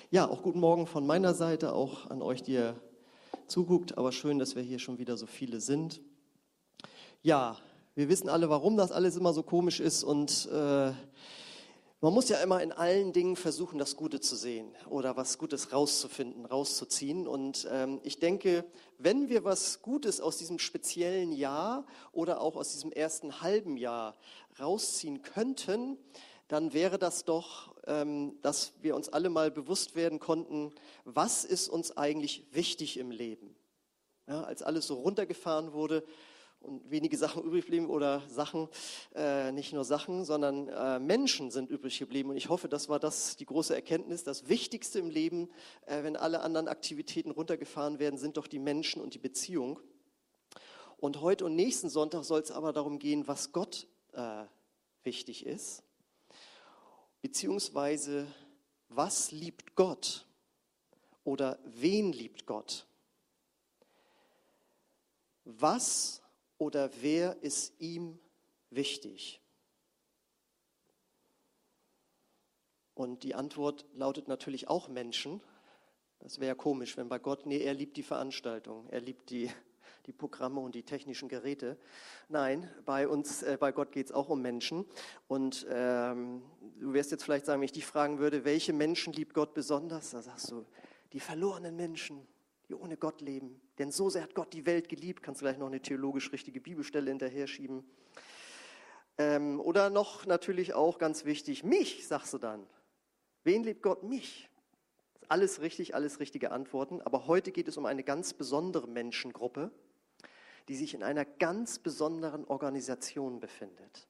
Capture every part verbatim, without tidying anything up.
Ja, auch guten Morgen von meiner Seite, auch an euch, die ihr zuguckt. Aber schön, dass wir hier schon wieder so viele sind. Ja, wir wissen alle, warum das alles immer so komisch ist. Und äh, man muss ja immer in allen Dingen versuchen, das Gute zu sehen oder was Gutes rauszufinden, rauszuziehen. Und ähm, ich denke, wenn wir was Gutes aus diesem speziellen Jahr oder auch aus diesem ersten halben Jahr rausziehen könnten, dann wäre das doch, ähm, dass wir uns alle mal bewusst werden konnten, was ist uns eigentlich wichtig im Leben? Ja, als alles so runtergefahren wurde und wenige Sachen übrig blieben oder Sachen, äh, nicht nur Sachen, sondern äh, Menschen sind übrig geblieben. Und ich hoffe, das war das die große Erkenntnis. Das Wichtigste im Leben, äh, wenn alle anderen Aktivitäten runtergefahren werden, sind doch die Menschen und die Beziehung. Und heute und nächsten Sonntag soll es aber darum gehen, was Gott äh, wichtig ist. Beziehungsweise, was liebt Gott oder wen liebt Gott? Was oder wer ist ihm wichtig? Und die Antwort lautet natürlich auch Menschen. Das wäre ja komisch, wenn bei Gott, nee, er liebt die Veranstaltung, er liebt die, die Programme und die technischen Geräte. Nein, bei uns, äh, bei Gott geht es auch um Menschen. Und ähm, du wirst jetzt vielleicht sagen, wenn ich dich fragen würde, welche Menschen liebt Gott besonders? Da sagst du, die verlorenen Menschen, die ohne Gott leben. Denn so sehr hat Gott die Welt geliebt. Kannst du gleich noch eine theologisch richtige Bibelstelle hinterher schieben. Ähm, oder noch natürlich auch ganz wichtig, mich, sagst du dann. Wen liebt Gott? Mich. Alles richtig, alles richtige Antworten. Aber heute geht es um eine ganz besondere Menschengruppe, die sich in einer ganz besonderen Organisation befindet.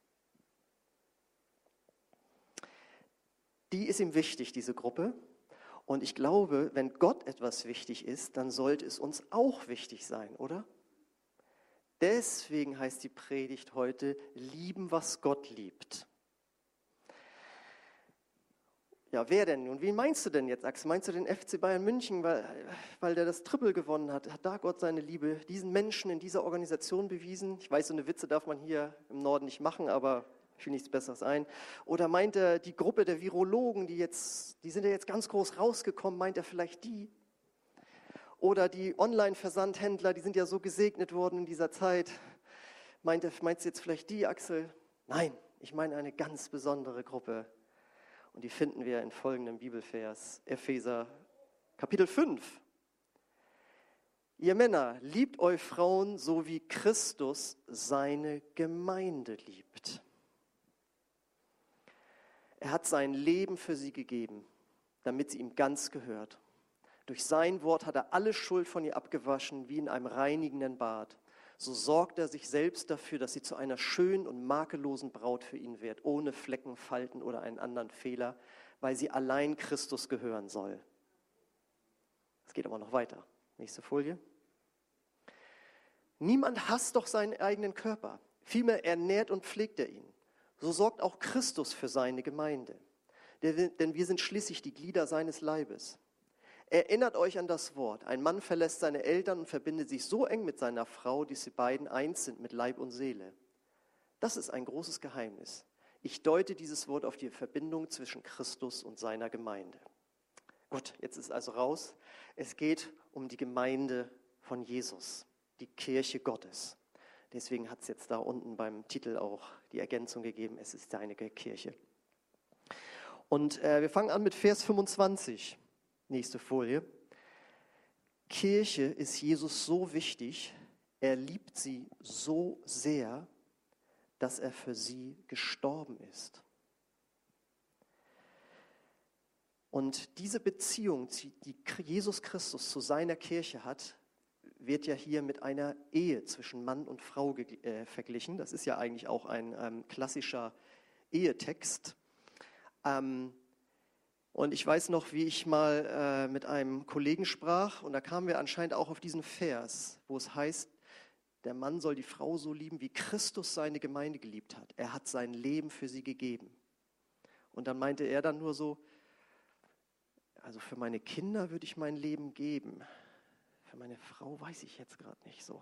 Die ist ihm wichtig, diese Gruppe. Und ich glaube, wenn Gott etwas wichtig ist, dann sollte es uns auch wichtig sein, oder? Deswegen heißt die Predigt heute, lieben, was Gott liebt. Ja, wer denn? Und wen meinst du denn jetzt, Axel? Meinst du den F C Bayern München, weil, weil der das Triple gewonnen hat? Hat da Gott seine Liebe diesen Menschen in dieser Organisation bewiesen? Ich weiß, so eine Witze darf man hier im Norden nicht machen, aber ich will nichts Besseres ein. Oder meint er die Gruppe der Virologen, die jetzt, die sind ja jetzt ganz groß rausgekommen, meint er vielleicht die? Oder die Online-Versandhändler, die sind ja so gesegnet worden in dieser Zeit. Meint er, meinst du jetzt vielleicht die, Axel? Nein, ich meine eine ganz besondere Gruppe. Und die finden wir in folgendem Bibelvers, Epheser Kapitel fünf. Ihr Männer, liebt euch Frauen, so wie Christus seine Gemeinde liebt. Er hat sein Leben für sie gegeben, damit sie ihm ganz gehört. Durch sein Wort hat er alle Schuld von ihr abgewaschen, wie in einem reinigenden Bad. So sorgt er sich selbst dafür, dass sie zu einer schönen und makellosen Braut für ihn wird, ohne Flecken, Falten oder einen anderen Fehler, weil sie allein Christus gehören soll. Es geht aber noch weiter. Nächste Folie. Niemand hasst doch seinen eigenen Körper. Vielmehr ernährt und pflegt er ihn. So sorgt auch Christus für seine Gemeinde. Denn wir sind schließlich die Glieder seines Leibes. Erinnert euch an das Wort. Ein Mann verlässt seine Eltern und verbindet sich so eng mit seiner Frau, dass sie beiden eins sind mit Leib und Seele. Das ist ein großes Geheimnis. Ich deute dieses Wort auf die Verbindung zwischen Christus und seiner Gemeinde. Gut, jetzt ist also raus. Es geht um die Gemeinde von Jesus, die Kirche Gottes. Deswegen hat es jetzt da unten beim Titel auch die Ergänzung gegeben, es ist seine Kirche. Und äh, wir fangen an mit Vers fünfundzwanzig. Nächste Folie. Kirche ist Jesus so wichtig, er liebt sie so sehr, dass er für sie gestorben ist. Und diese Beziehung, die Jesus Christus zu seiner Kirche hat, wird ja hier mit einer Ehe zwischen Mann und Frau ge- äh, verglichen. Das ist ja eigentlich auch ein ähm, klassischer Ehetext. Ähm, Und ich weiß noch, wie ich mal äh, mit einem Kollegen sprach und da kamen wir anscheinend auch auf diesen Vers, wo es heißt, der Mann soll die Frau so lieben, wie Christus seine Gemeinde geliebt hat. Er hat sein Leben für sie gegeben. Und dann meinte er dann nur so, also für meine Kinder würde ich mein Leben geben. Für meine Frau weiß ich jetzt gerade nicht so.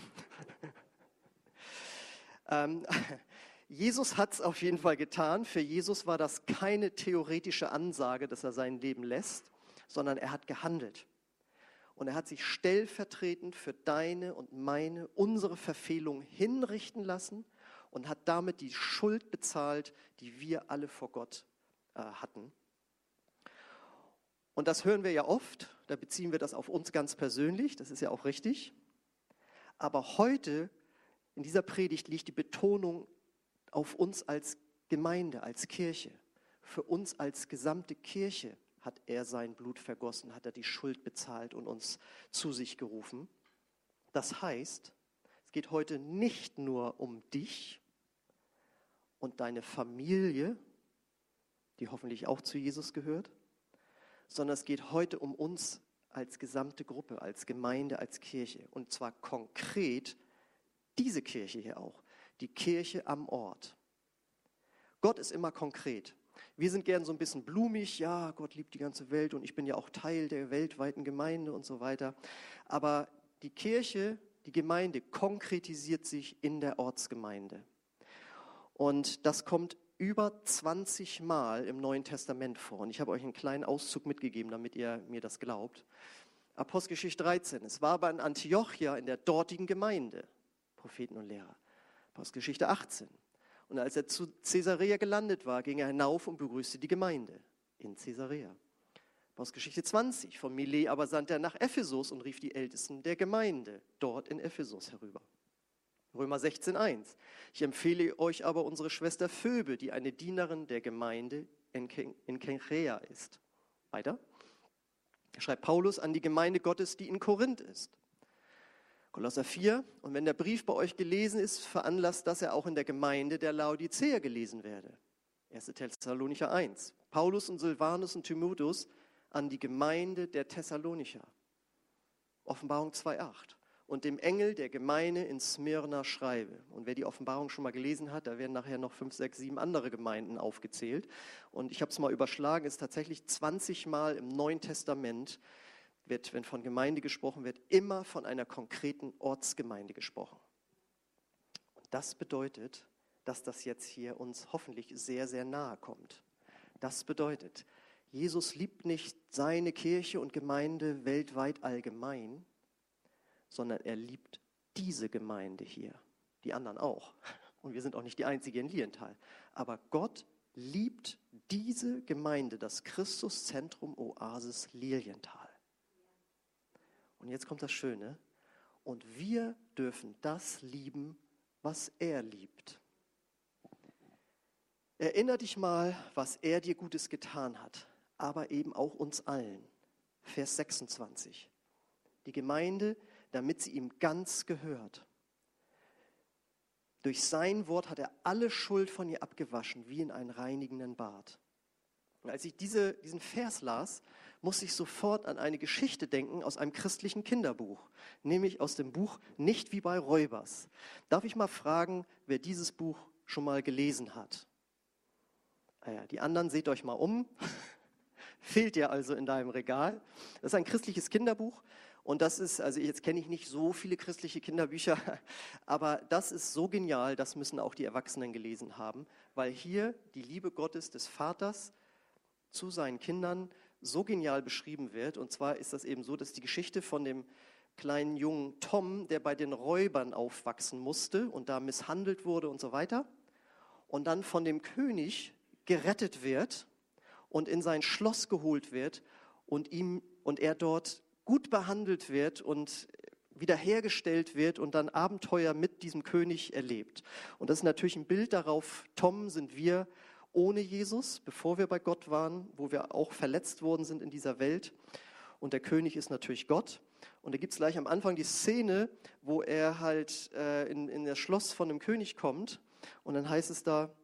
ähm, Jesus hat es auf jeden Fall getan. Für Jesus war das keine theoretische Ansage, dass er sein Leben lässt, sondern er hat gehandelt. Und er hat sich stellvertretend für deine und meine, unsere Verfehlung hinrichten lassen und hat damit die Schuld bezahlt, die wir alle vor Gott äh, hatten. Und das hören wir ja oft, da beziehen wir das auf uns ganz persönlich, das ist ja auch richtig. Aber heute in dieser Predigt liegt die Betonung auf uns als Gemeinde, als Kirche. Für uns als gesamte Kirche hat er sein Blut vergossen, hat er die Schuld bezahlt und uns zu sich gerufen. Das heißt, es geht heute nicht nur um dich und deine Familie, die hoffentlich auch zu Jesus gehört, sondern es geht heute um uns als gesamte Gruppe, als Gemeinde, als Kirche. Und zwar konkret diese Kirche hier auch, die Kirche am Ort. Gott ist immer konkret. Wir sind gern so ein bisschen blumig, ja, Gott liebt die ganze Welt und ich bin ja auch Teil der weltweiten Gemeinde und so weiter. Aber die Kirche, die Gemeinde konkretisiert sich in der Ortsgemeinde. Und das kommt über zwanzig Mal im Neuen Testament vor. Und ich habe euch einen kleinen Auszug mitgegeben, damit ihr mir das glaubt. Apostelgeschichte dreizehn, es war aber in Antiochia in der dortigen Gemeinde, Propheten und Lehrer. Apostelgeschichte achtzehn. Und als er zu Caesarea gelandet war, ging er hinauf und begrüßte die Gemeinde in Caesarea. Apostelgeschichte zwanzig, von Milet aber sandte er nach Ephesus und rief die Ältesten der Gemeinde dort in Ephesus herüber. Römer sechzehn eins, ich empfehle euch aber unsere Schwester Phoebe, die eine Dienerin der Gemeinde in Kenchrea ist. Weiter. Schreibt Paulus an die Gemeinde Gottes, die in Korinth ist. Kolosser vier, und wenn der Brief bei euch gelesen ist, veranlasst, dass er auch in der Gemeinde der Laodicea gelesen werde. erster Thessalonicher eins. Paulus und Silvanus und Timotheus an die Gemeinde der Thessalonicher. Offenbarung zwei acht. Und dem Engel der Gemeinde in Smyrna schreibe. Und wer die Offenbarung schon mal gelesen hat, da werden nachher noch fünf, sechs, sieben andere Gemeinden aufgezählt. Und ich habe es mal überschlagen, ist tatsächlich zwanzig Mal im Neuen Testament wird, wenn von Gemeinde gesprochen wird, immer von einer konkreten Ortsgemeinde gesprochen. Und das bedeutet, dass das jetzt hier uns hoffentlich sehr, sehr nahe kommt. Das bedeutet, Jesus liebt nicht seine Kirche und Gemeinde weltweit allgemein, sondern er liebt diese Gemeinde hier, die anderen auch. Und wir sind auch nicht die Einzige in Lilienthal. Aber Gott liebt diese Gemeinde, das Christuszentrum Oasis Lilienthal. Und jetzt kommt das Schöne. Und wir dürfen das lieben, was er liebt. Erinner dich mal, was er dir Gutes getan hat, aber eben auch uns allen. Vers sechsundzwanzig. Die Gemeinde, damit sie ihm ganz gehört. Durch sein Wort hat er alle Schuld von ihr abgewaschen, wie in einen reinigenden Bad. Und als ich diese, diesen Vers las, musste ich sofort an eine Geschichte denken aus einem christlichen Kinderbuch, nämlich aus dem Buch Nicht wie bei Räubers. Darf ich mal fragen, wer dieses Buch schon mal gelesen hat? Ah ja, die anderen, seht euch mal um. Fehlt dir also in deinem Regal. Das ist ein christliches Kinderbuch und das ist, also jetzt kenne ich nicht so viele christliche Kinderbücher, aber das ist so genial, das müssen auch die Erwachsenen gelesen haben, weil hier die Liebe Gottes des Vaters zu seinen Kindern so genial beschrieben wird. Und zwar ist das eben so, dass die Geschichte von dem kleinen jungen Tom, der bei den Räubern aufwachsen musste und da misshandelt wurde und so weiter, und dann von dem König gerettet wird und in sein Schloss geholt wird und ihm und er dort gut behandelt wird und wiederhergestellt wird und dann Abenteuer mit diesem König erlebt. Und das ist natürlich ein Bild darauf, Tom sind wir ohne Jesus, bevor wir bei Gott waren, wo wir auch verletzt worden sind in dieser Welt. Und der König ist natürlich Gott. Und da gibt es gleich am Anfang die Szene, wo er halt äh, in, in das Schloss von dem König kommt. Und dann heißt es da,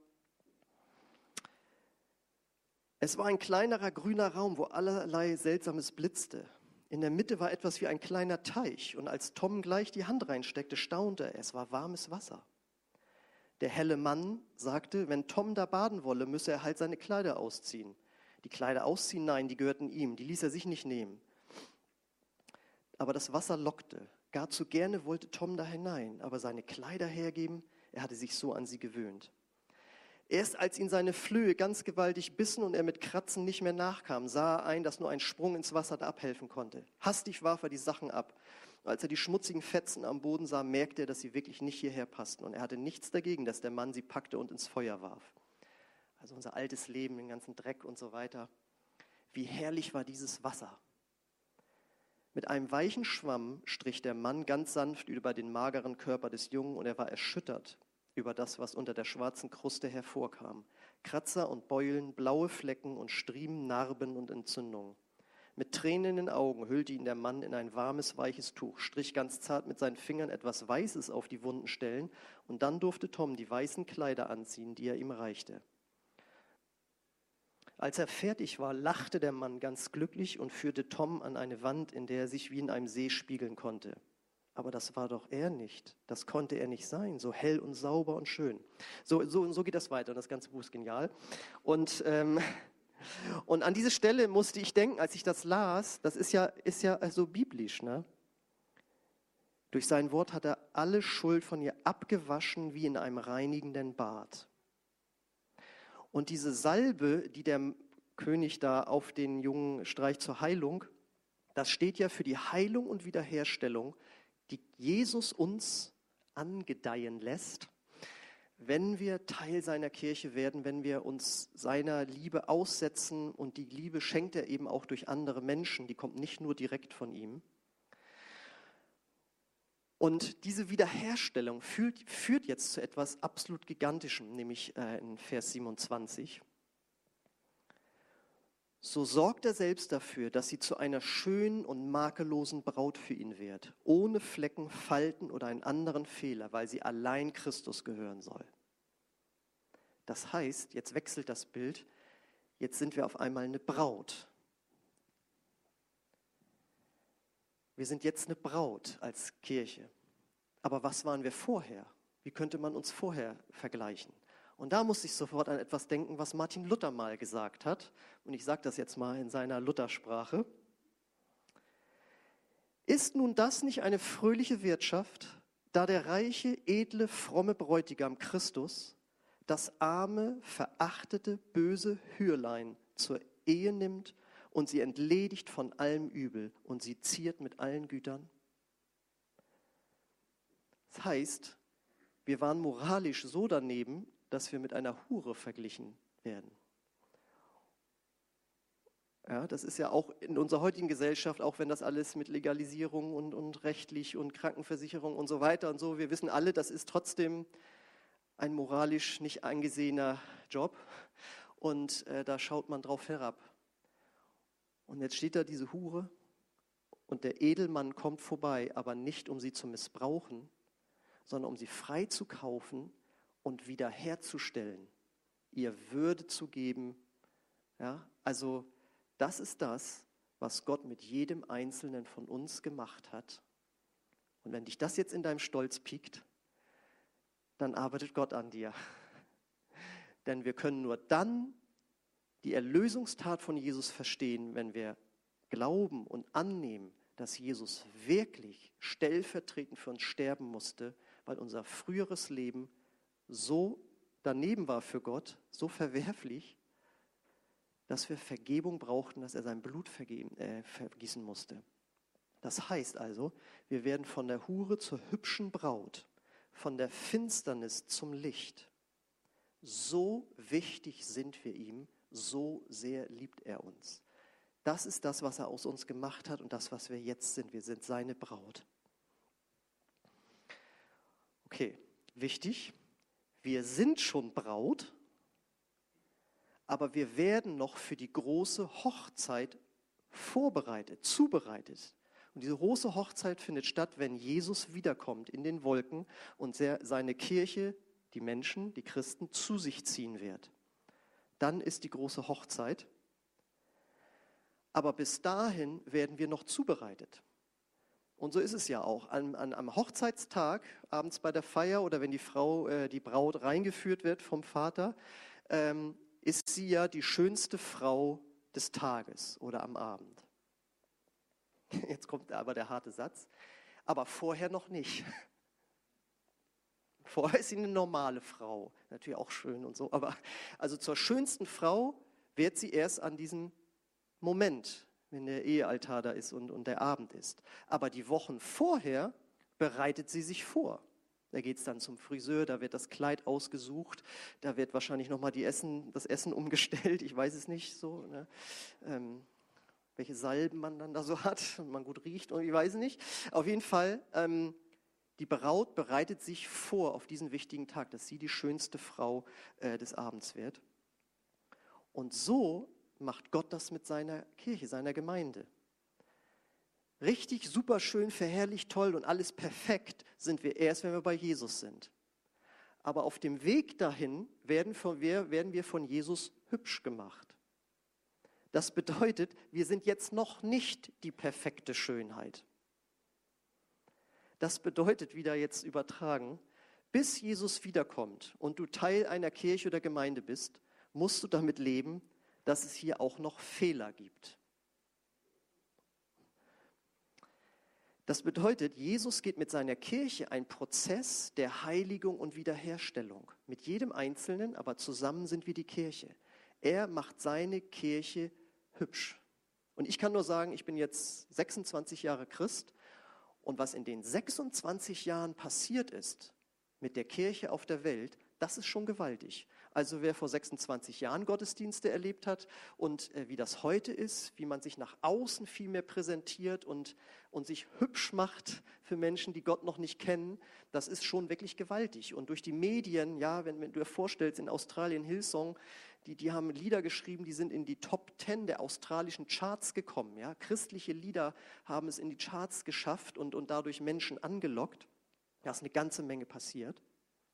es war ein kleinerer grüner Raum, wo allerlei Seltsames blitzte. In der Mitte war etwas wie ein kleiner Teich. Und als Tom gleich die Hand reinsteckte, staunte er, es war warmes Wasser. Der helle Mann sagte, wenn Tom da baden wolle, müsse er halt seine Kleider ausziehen. Die Kleider ausziehen? Nein, die gehörten ihm, die ließ er sich nicht nehmen. Aber das Wasser lockte. Gar zu gerne wollte Tom da hinein, aber seine Kleider hergeben, er hatte sich so an sie gewöhnt. Erst als ihn seine Flöhe ganz gewaltig bissen und er mit Kratzen nicht mehr nachkam, sah er ein, dass nur ein Sprung ins Wasser da abhelfen konnte. Hastig warf er die Sachen ab. Als er die schmutzigen Fetzen am Boden sah, merkte er, dass sie wirklich nicht hierher passten. Und er hatte nichts dagegen, dass der Mann sie packte und ins Feuer warf. Also unser altes Leben, den ganzen Dreck und so weiter. Wie herrlich war dieses Wasser. Mit einem weichen Schwamm strich der Mann ganz sanft über den mageren Körper des Jungen und er war erschüttert über das, was unter der schwarzen Kruste hervorkam. Kratzer und Beulen, blaue Flecken und Striemen, Narben und Entzündungen. Mit Tränen in den Augen hüllte ihn der Mann in ein warmes, weiches Tuch, strich ganz zart mit seinen Fingern etwas Weißes auf die wunden Stellen und dann durfte Tom die weißen Kleider anziehen, die er ihm reichte. Als er fertig war, lachte der Mann ganz glücklich und führte Tom an eine Wand, in der er sich wie in einem See spiegeln konnte. Aber das war doch er nicht. Das konnte er nicht sein. So hell und sauber und schön. So, so, so geht das weiter. Und das ganze Buch ist genial. Und, ähm, und an diese Stelle musste ich denken, als ich das las, das ist ja, ist ja so biblisch, ne? Durch sein Wort hat er alle Schuld von ihr abgewaschen wie in einem reinigenden Bad. Und diese Salbe, die der König da auf den Jungen streicht zur Heilung, das steht ja für die Heilung und Wiederherstellung, die Jesus uns angedeihen lässt, wenn wir Teil seiner Kirche werden, wenn wir uns seiner Liebe aussetzen. Und die Liebe schenkt er eben auch durch andere Menschen, die kommt nicht nur direkt von ihm. Und diese Wiederherstellung führt, führt jetzt zu etwas absolut Gigantischem, nämlich äh, in Vers siebenundzwanzig. So sorgt er selbst dafür, dass sie zu einer schönen und makellosen Braut für ihn wird, ohne Flecken, Falten oder einen anderen Fehler, weil sie allein Christus gehören soll. Das heißt, jetzt wechselt das Bild, jetzt sind wir auf einmal eine Braut. Wir sind jetzt eine Braut als Kirche. Aber was waren wir vorher? Wie könnte man uns vorher vergleichen? Und da muss ich sofort an etwas denken, was Martin Luther mal gesagt hat. Und ich sage das jetzt mal in seiner Luthersprache. Ist nun das nicht eine fröhliche Wirtschaft, da der reiche, edle, fromme Bräutigam Christus das arme, verachtete, böse Hürlein zur Ehe nimmt und sie entledigt von allem Übel und sie ziert mit allen Gütern? Das heißt, wir waren moralisch so daneben, dass wir mit einer Hure verglichen werden. Ja, das ist ja auch in unserer heutigen Gesellschaft, auch wenn das alles mit Legalisierung und, und rechtlich und Krankenversicherung und so weiter und so, wir wissen alle, das ist trotzdem ein moralisch nicht angesehener Job und äh, da schaut man drauf herab. Und jetzt steht da diese Hure und der Edelmann kommt vorbei, aber nicht um sie zu missbrauchen, sondern um sie frei zu kaufen und wiederherzustellen, ihr Würde zu geben. Ja, also das ist das, was Gott mit jedem Einzelnen von uns gemacht hat. Und wenn dich das jetzt in deinem Stolz piekt, dann arbeitet Gott an dir. Denn wir können nur dann die Erlösungstat von Jesus verstehen, wenn wir glauben und annehmen, dass Jesus wirklich stellvertretend für uns sterben musste, weil unser früheres Leben so daneben war für Gott, so verwerflich, dass wir Vergebung brauchten, dass er sein Blut vergeben, äh, vergießen musste. Das heißt also, wir werden von der Hure zur hübschen Braut, von der Finsternis zum Licht. So wichtig sind wir ihm, so sehr liebt er uns. Das ist das, was er aus uns gemacht hat und das, was wir jetzt sind. Wir sind seine Braut. Okay, wichtig, wir sind schon Braut, aber wir werden noch für die große Hochzeit vorbereitet, zubereitet. Und diese große Hochzeit findet statt, wenn Jesus wiederkommt in den Wolken und seine Kirche, die Menschen, die Christen, zu sich ziehen wird. Dann ist die große Hochzeit. Aber bis dahin werden wir noch zubereitet. Und so ist es ja auch. Am, an, am Hochzeitstag, abends bei der Feier oder wenn die Frau, äh, die Braut reingeführt wird vom Vater, ähm, ist sie ja die schönste Frau des Tages oder am Abend. Jetzt kommt aber der harte Satz. Aber vorher noch nicht. Vorher ist sie eine normale Frau, natürlich auch schön und so, aber also zur schönsten Frau wird sie erst an diesem Moment, wenn der Ehealtar da ist und, und der Abend ist. Aber die Wochen vorher bereitet sie sich vor. Da geht es dann zum Friseur, da wird das Kleid ausgesucht, da wird wahrscheinlich nochmal die Essen, das Essen umgestellt, ich weiß es nicht so, ne? ähm, welche Salben man dann da so hat und man gut riecht und ich weiß es nicht. Auf jeden Fall, ähm, die Braut bereitet sich vor auf diesen wichtigen Tag, dass sie die schönste Frau äh, des Abends wird. Und so macht Gott das mit seiner Kirche, seiner Gemeinde. Richtig, super schön, verherrlicht, toll und alles perfekt sind wir erst, wenn wir bei Jesus sind. Aber auf dem Weg dahin werden wir, werden wir von Jesus hübsch gemacht. Das bedeutet, wir sind jetzt noch nicht die perfekte Schönheit. Das bedeutet, wieder jetzt übertragen, bis Jesus wiederkommt und du Teil einer Kirche oder Gemeinde bist, musst du damit leben, dass es hier auch noch Fehler gibt. Das bedeutet, Jesus geht mit seiner Kirche einen Prozess der Heiligung und Wiederherstellung. Mit jedem Einzelnen, aber zusammen sind wir die Kirche. Er macht seine Kirche hübsch. Und ich kann nur sagen, ich bin jetzt sechsundzwanzig Jahre Christ und was in den sechsundzwanzig Jahren passiert ist mit der Kirche auf der Welt, das ist schon gewaltig. Also wer vor sechsundzwanzig Jahren Gottesdienste erlebt hat und äh, wie das heute ist, wie man sich nach außen viel mehr präsentiert und, und sich hübsch macht für Menschen, die Gott noch nicht kennen, das ist schon wirklich gewaltig. Und durch die Medien, ja, wenn, wenn du dir vorstellst, in Australien Hillsong, die, die haben Lieder geschrieben, die sind in die Top Ten der australischen Charts gekommen. Ja. Christliche Lieder haben es in die Charts geschafft und, und dadurch Menschen angelockt. Da ist eine ganze Menge passiert.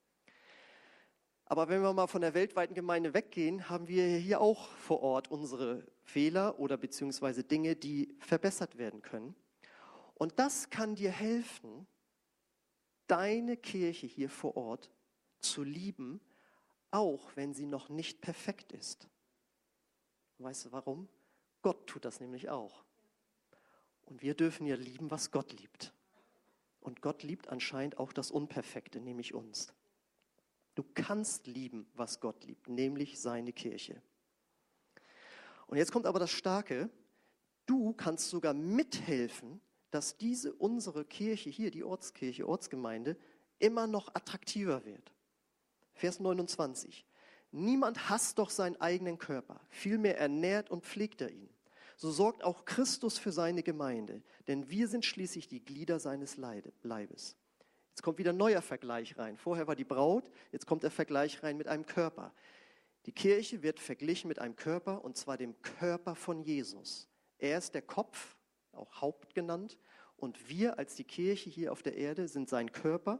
Aber wenn wir mal von der weltweiten Gemeinde weggehen, haben wir hier auch vor Ort unsere Fehler oder beziehungsweise Dinge, die verbessert werden können. Und das kann dir helfen, deine Kirche hier vor Ort zu lieben, auch wenn sie noch nicht perfekt ist. Weißt du warum? Gott tut das nämlich auch. Und wir dürfen ja lieben, was Gott liebt. Und Gott liebt anscheinend auch das Unperfekte, nämlich uns. Du kannst lieben, was Gott liebt, nämlich seine Kirche. Und jetzt kommt aber das Starke. Du kannst sogar mithelfen, dass diese unsere Kirche hier, die Ortskirche, Ortsgemeinde, immer noch attraktiver wird. Vers neunundzwanzig. Niemand hasst doch seinen eigenen Körper, vielmehr ernährt und pflegt er ihn. So sorgt auch Christus für seine Gemeinde, denn wir sind schließlich die Glieder seines Leibes. Jetzt kommt wieder ein neuer Vergleich rein. Vorher war die Braut, jetzt kommt der Vergleich rein mit einem Körper. Die Kirche wird verglichen mit einem Körper, und zwar dem Körper von Jesus. Er ist der Kopf, auch Haupt genannt, und wir als die Kirche hier auf der Erde sind sein Körper.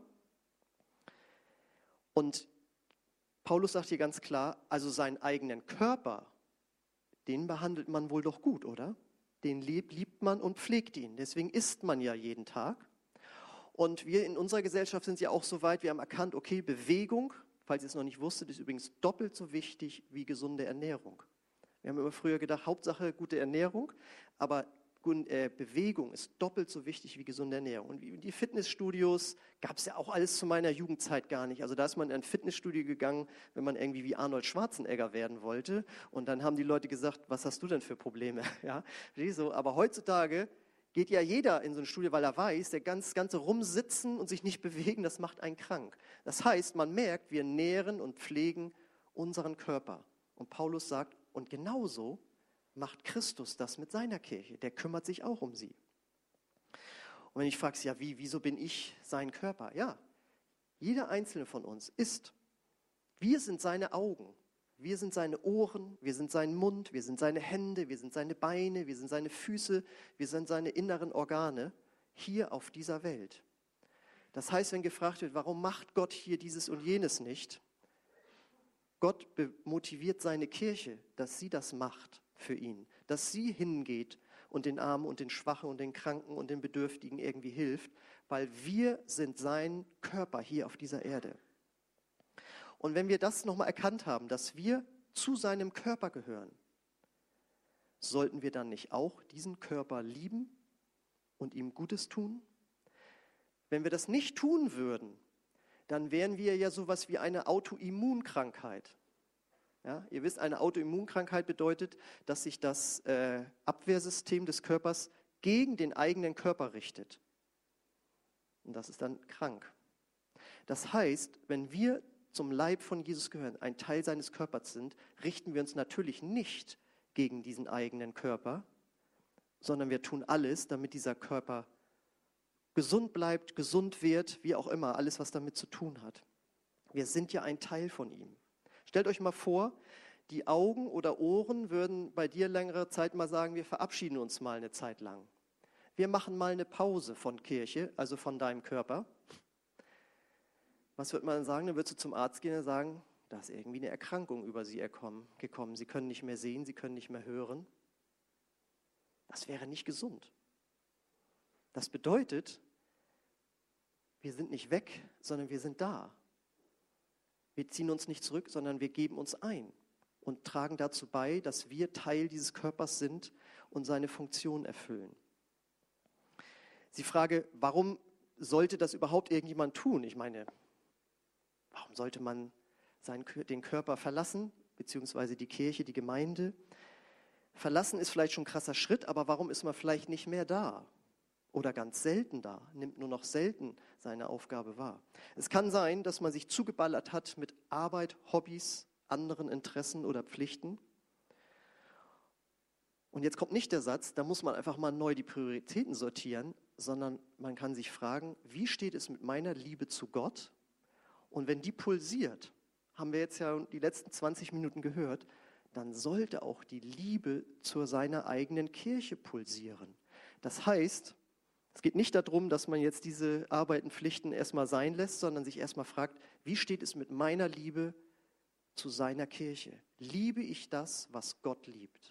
Und Paulus sagt hier ganz klar, also seinen eigenen Körper, den behandelt man wohl doch gut, oder? Den liebt, liebt man und pflegt ihn. Deswegen isst man ja jeden Tag. Und wir in unserer Gesellschaft sind ja auch so weit, wir haben erkannt, okay, Bewegung, falls ihr es noch nicht wusstet, ist übrigens doppelt so wichtig wie gesunde Ernährung. Wir haben immer früher gedacht, Hauptsache gute Ernährung, aber Bewegung ist doppelt so wichtig wie gesunde Ernährung. Und die Fitnessstudios gab es ja auch alles zu meiner Jugendzeit gar nicht. Also da ist man in ein Fitnessstudio gegangen, wenn man irgendwie wie Arnold Schwarzenegger werden wollte. Und dann haben die Leute gesagt, was hast du denn für Probleme? Ja, so. Aber heutzutage geht ja jeder in so ein Studio, weil er weiß, der ganz, ganze Rumsitzen und sich nicht bewegen, das macht einen krank. Das heißt, man merkt, wir nähren und pflegen unseren Körper. Und Paulus sagt, und genauso macht Christus das mit seiner Kirche. Der kümmert sich auch um sie. Und wenn ich frage, ja, wie, wieso bin ich sein Körper? Ja, jeder einzelne von uns ist. Wir sind seine Augen. Wir sind seine Ohren, wir sind sein Mund, wir sind seine Hände, wir sind seine Beine, wir sind seine Füße, wir sind seine inneren Organe hier auf dieser Welt. Das heißt, wenn gefragt wird, warum macht Gott hier dieses und jenes nicht? Gott motiviert seine Kirche, dass sie das macht für ihn, dass sie hingeht und den Armen und den Schwachen und den Kranken und den Bedürftigen irgendwie hilft, weil wir sind sein Körper hier auf dieser Erde. Und wenn wir das nochmal erkannt haben, dass wir zu seinem Körper gehören, sollten wir dann nicht auch diesen Körper lieben und ihm Gutes tun? Wenn wir das nicht tun würden, dann wären wir ja sowas wie eine Autoimmunkrankheit. Ja, ihr wisst, eine Autoimmunkrankheit bedeutet, dass sich das äh, Abwehrsystem des Körpers gegen den eigenen Körper richtet. Und das ist dann krank. Das heißt, wenn wir zum Leib von Jesus gehören, ein Teil seines Körpers sind, richten wir uns natürlich nicht gegen diesen eigenen Körper, sondern wir tun alles, damit dieser Körper gesund bleibt, gesund wird, wie auch immer, alles, was damit zu tun hat. Wir sind ja ein Teil von ihm. Stellt euch mal vor, die Augen oder Ohren würden bei dir längere Zeit mal sagen, wir verabschieden uns mal eine Zeit lang. Wir machen mal eine Pause von Kirche, also von deinem Körper. Was wird man dann sagen? Dann würdest du zum Arzt gehen und sagen, da ist irgendwie eine Erkrankung über sie gekommen. Sie können nicht mehr sehen, sie können nicht mehr hören. Das wäre nicht gesund. Das bedeutet, wir sind nicht weg, sondern wir sind da. Wir ziehen uns nicht zurück, sondern wir geben uns ein und tragen dazu bei, dass wir Teil dieses Körpers sind und seine Funktion erfüllen. Die Frage, warum sollte das überhaupt irgendjemand tun? Ich meine, warum sollte man seinen, den Körper verlassen, beziehungsweise die Kirche, die Gemeinde? Verlassen ist vielleicht schon ein krasser Schritt, aber warum ist man vielleicht nicht mehr da? Oder ganz selten da, nimmt nur noch selten seine Aufgabe wahr. Es kann sein, dass man sich zugeballert hat mit Arbeit, Hobbys, anderen Interessen oder Pflichten. Und jetzt kommt nicht der Satz, da muss man einfach mal neu die Prioritäten sortieren, sondern man kann sich fragen, wie steht es mit meiner Liebe zu Gott? Und wenn die pulsiert, haben wir jetzt ja die letzten zwanzig Minuten gehört, dann sollte auch die Liebe zu seiner eigenen Kirche pulsieren. Das heißt, es geht nicht darum, dass man jetzt diese Arbeiten, Pflichten erstmal sein lässt, sondern sich erstmal fragt, wie steht es mit meiner Liebe zu seiner Kirche? Liebe ich das, was Gott liebt?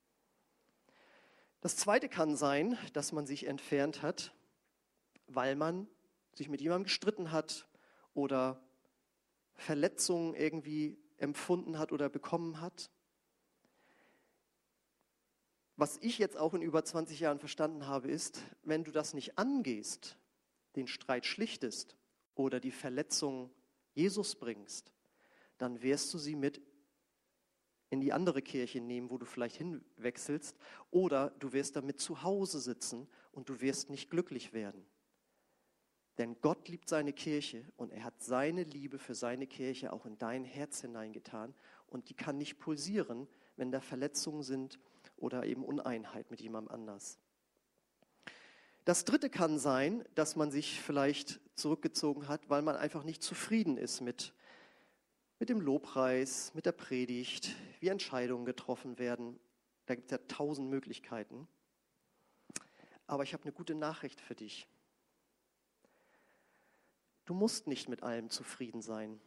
Das Zweite kann sein, dass man sich entfernt hat, weil man sich mit jemandem gestritten hat oder Verletzungen irgendwie empfunden hat oder bekommen hat. Was ich jetzt auch in über zwanzig Jahren verstanden habe, ist, wenn du das nicht angehst, den Streit schlichtest oder die Verletzung Jesus bringst, dann wirst du sie mit in die andere Kirche nehmen, wo du vielleicht hinwechselst, oder du wirst damit zu Hause sitzen und du wirst nicht glücklich werden. Denn Gott liebt seine Kirche und er hat seine Liebe für seine Kirche auch in dein Herz hineingetan und die kann nicht pulsieren, wenn da Verletzungen sind oder eben Uneinheit mit jemandem anders. Das Dritte kann sein, dass man sich vielleicht zurückgezogen hat, weil man einfach nicht zufrieden ist mit, mit dem Lobpreis, mit der Predigt, wie Entscheidungen getroffen werden. Da gibt es ja tausend Möglichkeiten. Aber ich habe eine gute Nachricht für dich. Du musst nicht mit allem zufrieden sein.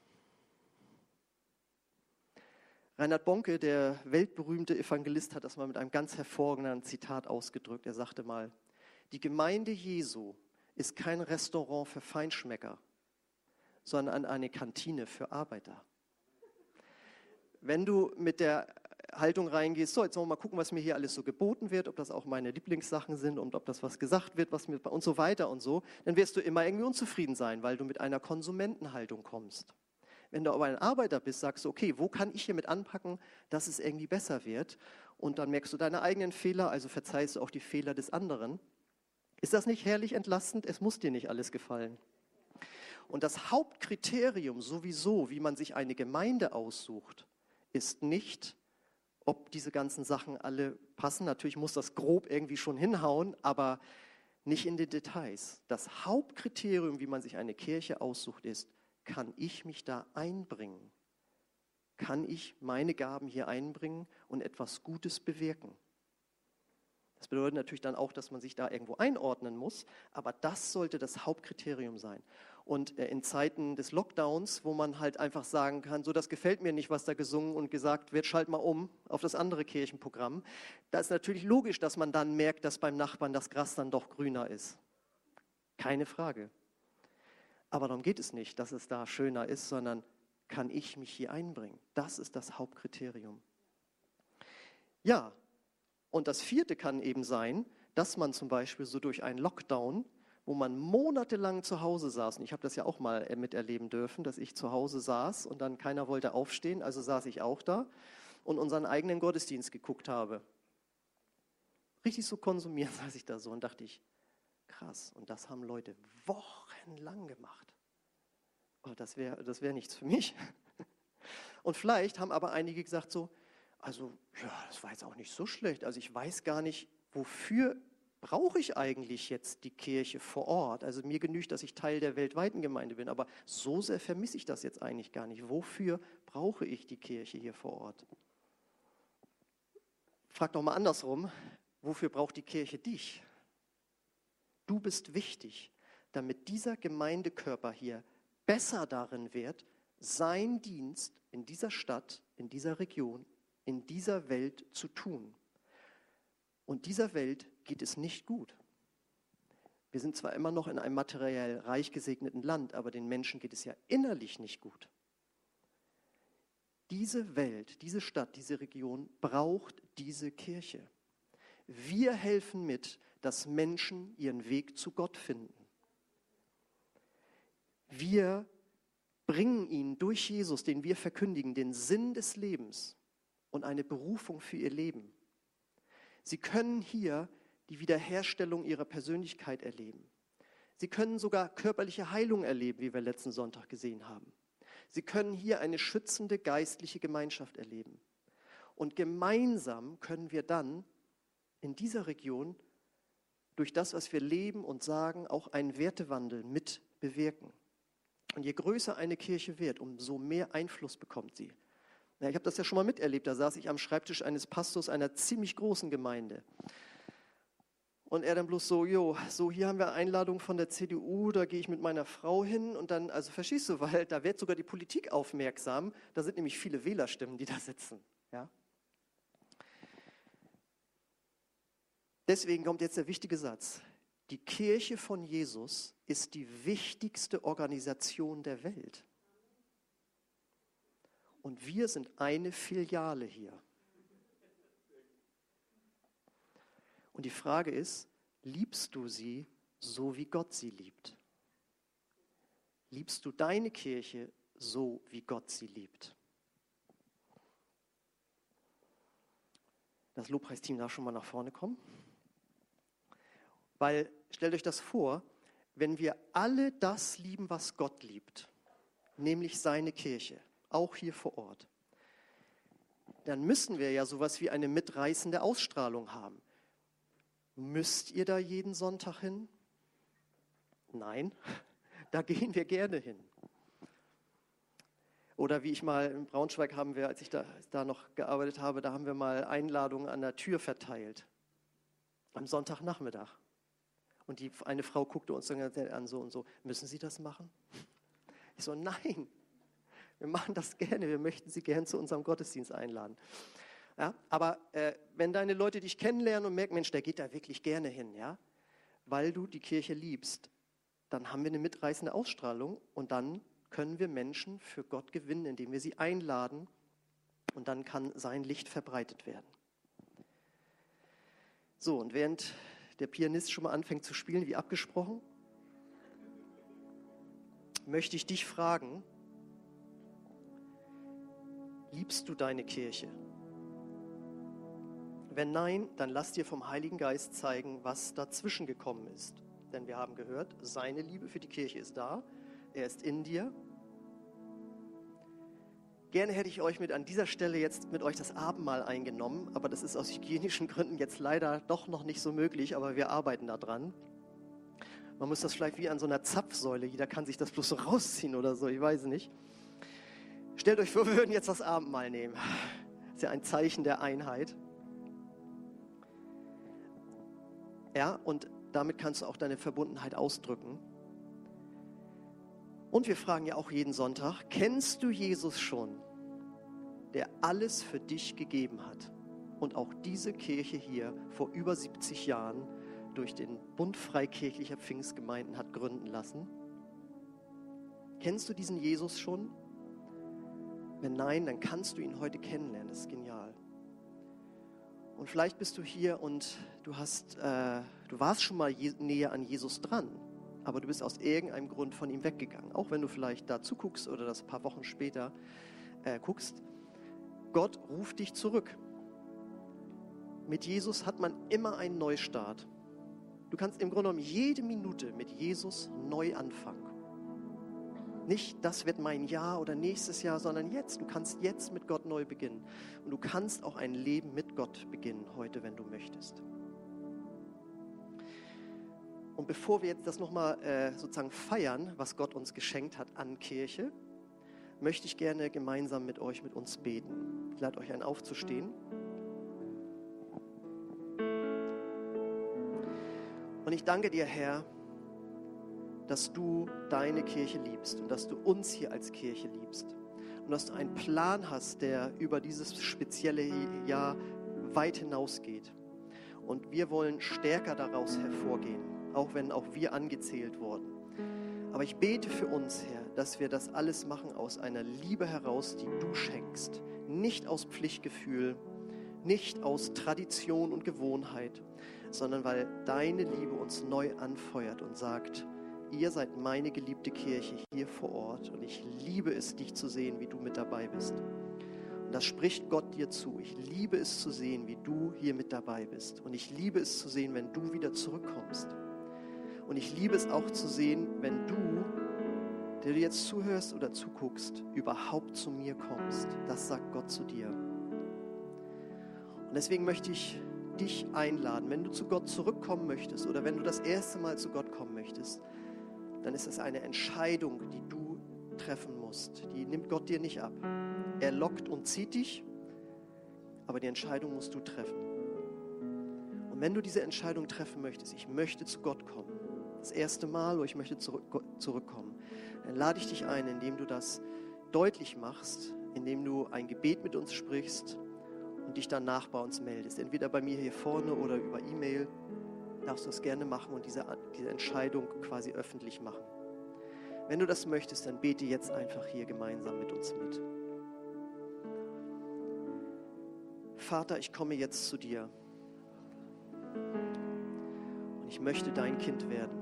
Reinhard Bonke, der weltberühmte Evangelist, hat das mal mit einem ganz hervorragenden Zitat ausgedrückt. Er sagte mal, die Gemeinde Jesu ist kein Restaurant für Feinschmecker, sondern eine Kantine für Arbeiter. Wenn du mit der Haltung reingehst, so jetzt wollen wir mal gucken, was mir hier alles so geboten wird, ob das auch meine Lieblingssachen sind und ob das was gesagt wird, was mir und so weiter und so, dann wirst du immer irgendwie unzufrieden sein, weil du mit einer Konsumentenhaltung kommst. Wenn du aber ein Arbeiter bist, sagst du, okay, wo kann ich hier mit anpacken, dass es irgendwie besser wird? Und dann merkst du deine eigenen Fehler, also verzeihst du auch die Fehler des anderen. Ist das nicht herrlich entlastend? Es muss dir nicht alles gefallen. Und das Hauptkriterium sowieso, wie man sich eine Gemeinde aussucht, ist nicht, ob diese ganzen Sachen alle passen. Natürlich muss das grob irgendwie schon hinhauen, aber nicht in den Details. Das Hauptkriterium, wie man sich eine Kirche aussucht, ist, kann ich mich da einbringen? Kann ich meine Gaben hier einbringen und etwas Gutes bewirken? Das bedeutet natürlich dann auch, dass man sich da irgendwo einordnen muss, aber das sollte das Hauptkriterium sein. Und in Zeiten des Lockdowns, wo man halt einfach sagen kann, so das gefällt mir nicht, was da gesungen und gesagt wird, schalt mal um auf das andere Kirchenprogramm, da ist natürlich logisch, dass man dann merkt, dass beim Nachbarn das Gras dann doch grüner ist. Keine Frage. Aber darum geht es nicht, dass es da schöner ist, sondern kann ich mich hier einbringen? Das ist das Hauptkriterium. Ja, und das Vierte kann eben sein, dass man zum Beispiel so durch einen Lockdown wo man monatelang zu Hause saß. Und ich habe das ja auch mal miterleben dürfen, dass ich zu Hause saß und dann keiner wollte aufstehen, also saß ich auch da und unseren eigenen Gottesdienst geguckt habe. Richtig so konsumiert saß ich da so und dachte ich, krass, und das haben Leute wochenlang gemacht. Oh, das wäre das wär nichts für mich. Und vielleicht haben aber einige gesagt so, also ja, das war jetzt auch nicht so schlecht. Also ich weiß gar nicht, wofür brauche ich eigentlich jetzt die Kirche vor Ort? Also mir genügt, dass ich Teil der weltweiten Gemeinde bin, aber so sehr vermisse ich das jetzt eigentlich gar nicht. Wofür brauche ich die Kirche hier vor Ort? Frag doch mal andersrum, wofür braucht die Kirche dich? Du bist wichtig, damit dieser Gemeindekörper hier besser darin wird, seinen Dienst in dieser Stadt, in dieser Region, in dieser Welt zu tun. Und dieser Welt geht es nicht gut. Wir sind zwar immer noch in einem materiell reich gesegneten Land, aber den Menschen geht es ja innerlich nicht gut. Diese Welt, diese Stadt, diese Region braucht diese Kirche. Wir helfen mit, dass Menschen ihren Weg zu Gott finden. Wir bringen ihnen durch Jesus, den wir verkündigen, den Sinn des Lebens und eine Berufung für ihr Leben. Sie können hier die Wiederherstellung ihrer Persönlichkeit erleben. Sie können sogar körperliche Heilung erleben, wie wir letzten Sonntag gesehen haben. Sie können hier eine schützende geistliche Gemeinschaft erleben. Und gemeinsam können wir dann in dieser Region durch das, was wir leben und sagen, auch einen Wertewandel mit bewirken. Und je größer eine Kirche wird, umso mehr Einfluss bekommt sie. Ja, ich habe das ja schon mal miterlebt, da saß ich am Schreibtisch eines Pastors einer ziemlich großen Gemeinde. Und er dann bloß so, jo, so hier haben wir Einladung von der C D U, da gehe ich mit meiner Frau hin und dann, also verstehst du, weil da wird sogar die Politik aufmerksam, da sind nämlich viele Wählerstimmen, die da sitzen. Ja? Deswegen kommt jetzt der wichtige Satz. Die Kirche von Jesus ist die wichtigste Organisation der Welt. Und wir sind eine Filiale hier. Und die Frage ist, liebst du sie so, wie Gott sie liebt? Liebst du deine Kirche so, wie Gott sie liebt? Das Lobpreisteam darf schon mal nach vorne kommen. Weil, stellt euch das vor, wenn wir alle das lieben, was Gott liebt, nämlich seine Kirche, auch hier vor Ort, dann müssen wir ja sowas wie eine mitreißende Ausstrahlung haben. Müsst ihr da jeden Sonntag hin? Nein, da gehen wir gerne hin. Oder wie ich mal in Braunschweig haben wir, als ich da, da noch gearbeitet habe, da haben wir mal Einladungen an der Tür verteilt. Am Sonntagnachmittag. Und die, eine Frau guckte uns dann an, so und so, müssen Sie das machen? Ich so, nein, wir machen das gerne, wir möchten Sie gerne zu unserem Gottesdienst einladen. Ja, aber äh, wenn deine Leute dich kennenlernen und merken, Mensch, der geht da wirklich gerne hin, ja, weil du die Kirche liebst, dann haben wir eine mitreißende Ausstrahlung und dann können wir Menschen für Gott gewinnen, indem wir sie einladen und dann kann sein Licht verbreitet werden. So, und während der Pianist schon mal anfängt zu spielen, wie abgesprochen, möchte ich dich fragen, liebst du deine Kirche? Wenn nein, dann lass dir vom Heiligen Geist zeigen, was dazwischen gekommen ist. Denn wir haben gehört, seine Liebe für die Kirche ist da, er ist in dir. Gerne hätte ich euch mit an dieser Stelle jetzt mit euch das Abendmahl eingenommen, aber das ist aus hygienischen Gründen jetzt leider doch noch nicht so möglich, aber wir arbeiten da dran. Man muss das vielleicht wie an so einer Zapfsäule, jeder kann sich das bloß so rausziehen oder so, ich weiß nicht. Stellt euch vor, wir würden jetzt das Abendmahl nehmen. Das ist ja ein Zeichen der Einheit. Ja, und damit kannst du auch deine Verbundenheit ausdrücken. Und wir fragen ja auch jeden Sonntag, kennst du Jesus schon, der alles für dich gegeben hat und auch diese Kirche hier vor über siebzig Jahren durch den Bund freikirchlicher Pfingstgemeinden hat gründen lassen? Kennst du diesen Jesus schon? Wenn nein, dann kannst du ihn heute kennenlernen, das ist genial. Und vielleicht bist du hier und du hast, äh, du warst schon mal je- näher an Jesus dran. aber du bist aus irgendeinem Grund von ihm weggegangen. Auch wenn du vielleicht da zuguckst oder das ein paar Wochen später äh, guckst. Gott ruft dich zurück. Mit Jesus hat man immer einen Neustart. Du kannst im Grunde genommen jede Minute mit Jesus neu anfangen. Nicht, das wird mein Jahr oder nächstes Jahr, sondern jetzt. Du kannst jetzt mit Gott neu beginnen. Und du kannst auch ein Leben mit Gott beginnen heute, wenn du möchtest. Und bevor wir jetzt das nochmal äh, sozusagen feiern, was Gott uns geschenkt hat an Kirche, möchte ich gerne gemeinsam mit euch, mit uns beten. Ich lade euch ein, aufzustehen. Und ich danke dir, Herr, dass du deine Kirche liebst und dass du uns hier als Kirche liebst. Und dass du einen Plan hast, der über dieses spezielle Jahr weit hinausgeht. Und wir wollen stärker daraus hervorgehen, auch wenn auch wir angezählt wurden. Aber ich bete für uns, Herr, dass wir das alles machen aus einer Liebe heraus, die du schenkst. Nicht aus Pflichtgefühl, nicht aus Tradition und Gewohnheit, sondern weil deine Liebe uns neu anfeuert und sagt, ihr seid meine geliebte Kirche hier vor Ort und ich liebe es, dich zu sehen, wie du mit dabei bist. Und das spricht Gott dir zu. Ich liebe es zu sehen, wie du hier mit dabei bist. Und ich liebe es zu sehen, wenn du wieder zurückkommst. Und ich liebe es auch zu sehen, wenn du, der du jetzt zuhörst oder zuguckst, überhaupt zu mir kommst. Das sagt Gott zu dir. Und deswegen möchte ich dich einladen, wenn du zu Gott zurückkommen möchtest oder wenn du das erste Mal zu Gott kommen möchtest, dann ist es eine Entscheidung, die du treffen musst. Die nimmt Gott dir nicht ab. Er lockt und zieht dich, aber die Entscheidung musst du treffen. Und wenn du diese Entscheidung treffen möchtest, ich möchte zu Gott kommen, das erste Mal oder ich möchte zurück, zurückkommen, dann lade ich dich ein, indem du das deutlich machst, indem du ein Gebet mit uns sprichst und dich danach bei uns meldest. Entweder bei mir hier vorne oder über E-Mail darfst du es gerne machen und diese, diese Entscheidung quasi öffentlich machen. Wenn du das möchtest, dann bete jetzt einfach hier gemeinsam mit uns mit. Vater, ich komme jetzt zu dir und ich möchte dein Kind werden.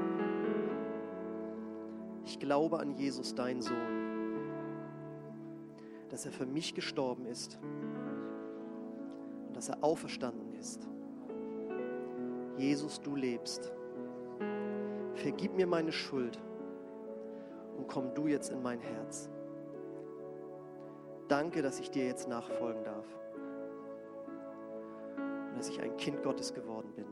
Ich glaube an Jesus, dein Sohn, dass er für mich gestorben ist und dass er auferstanden ist. Jesus, du lebst. Vergib mir meine Schuld und komm du jetzt in mein Herz. Danke, dass ich dir jetzt nachfolgen darf und dass ich ein Kind Gottes geworden bin.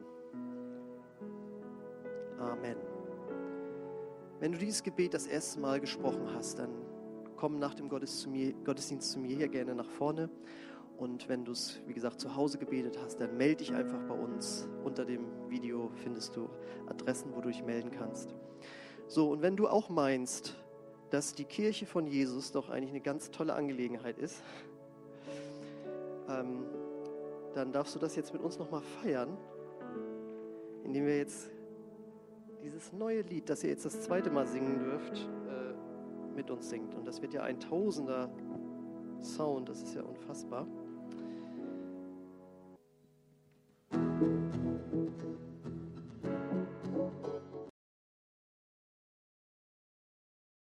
Amen. Wenn du dieses Gebet das erste Mal gesprochen hast, dann komm nach dem Gottesdienst zu mir hier gerne nach vorne. Und wenn du es, wie gesagt, zu Hause gebetet hast, dann melde dich einfach bei uns. Unter dem Video findest du Adressen, wo du dich melden kannst. So, und wenn du auch meinst, dass die Kirche von Jesus doch eigentlich eine ganz tolle Angelegenheit ist, ähm, dann darfst du das jetzt mit uns nochmal feiern, indem wir jetzt dieses neue Lied, das ihr jetzt das zweite Mal singen dürft, äh, mit uns singt. Und das wird ja ein tausender Sound, das ist ja unfassbar.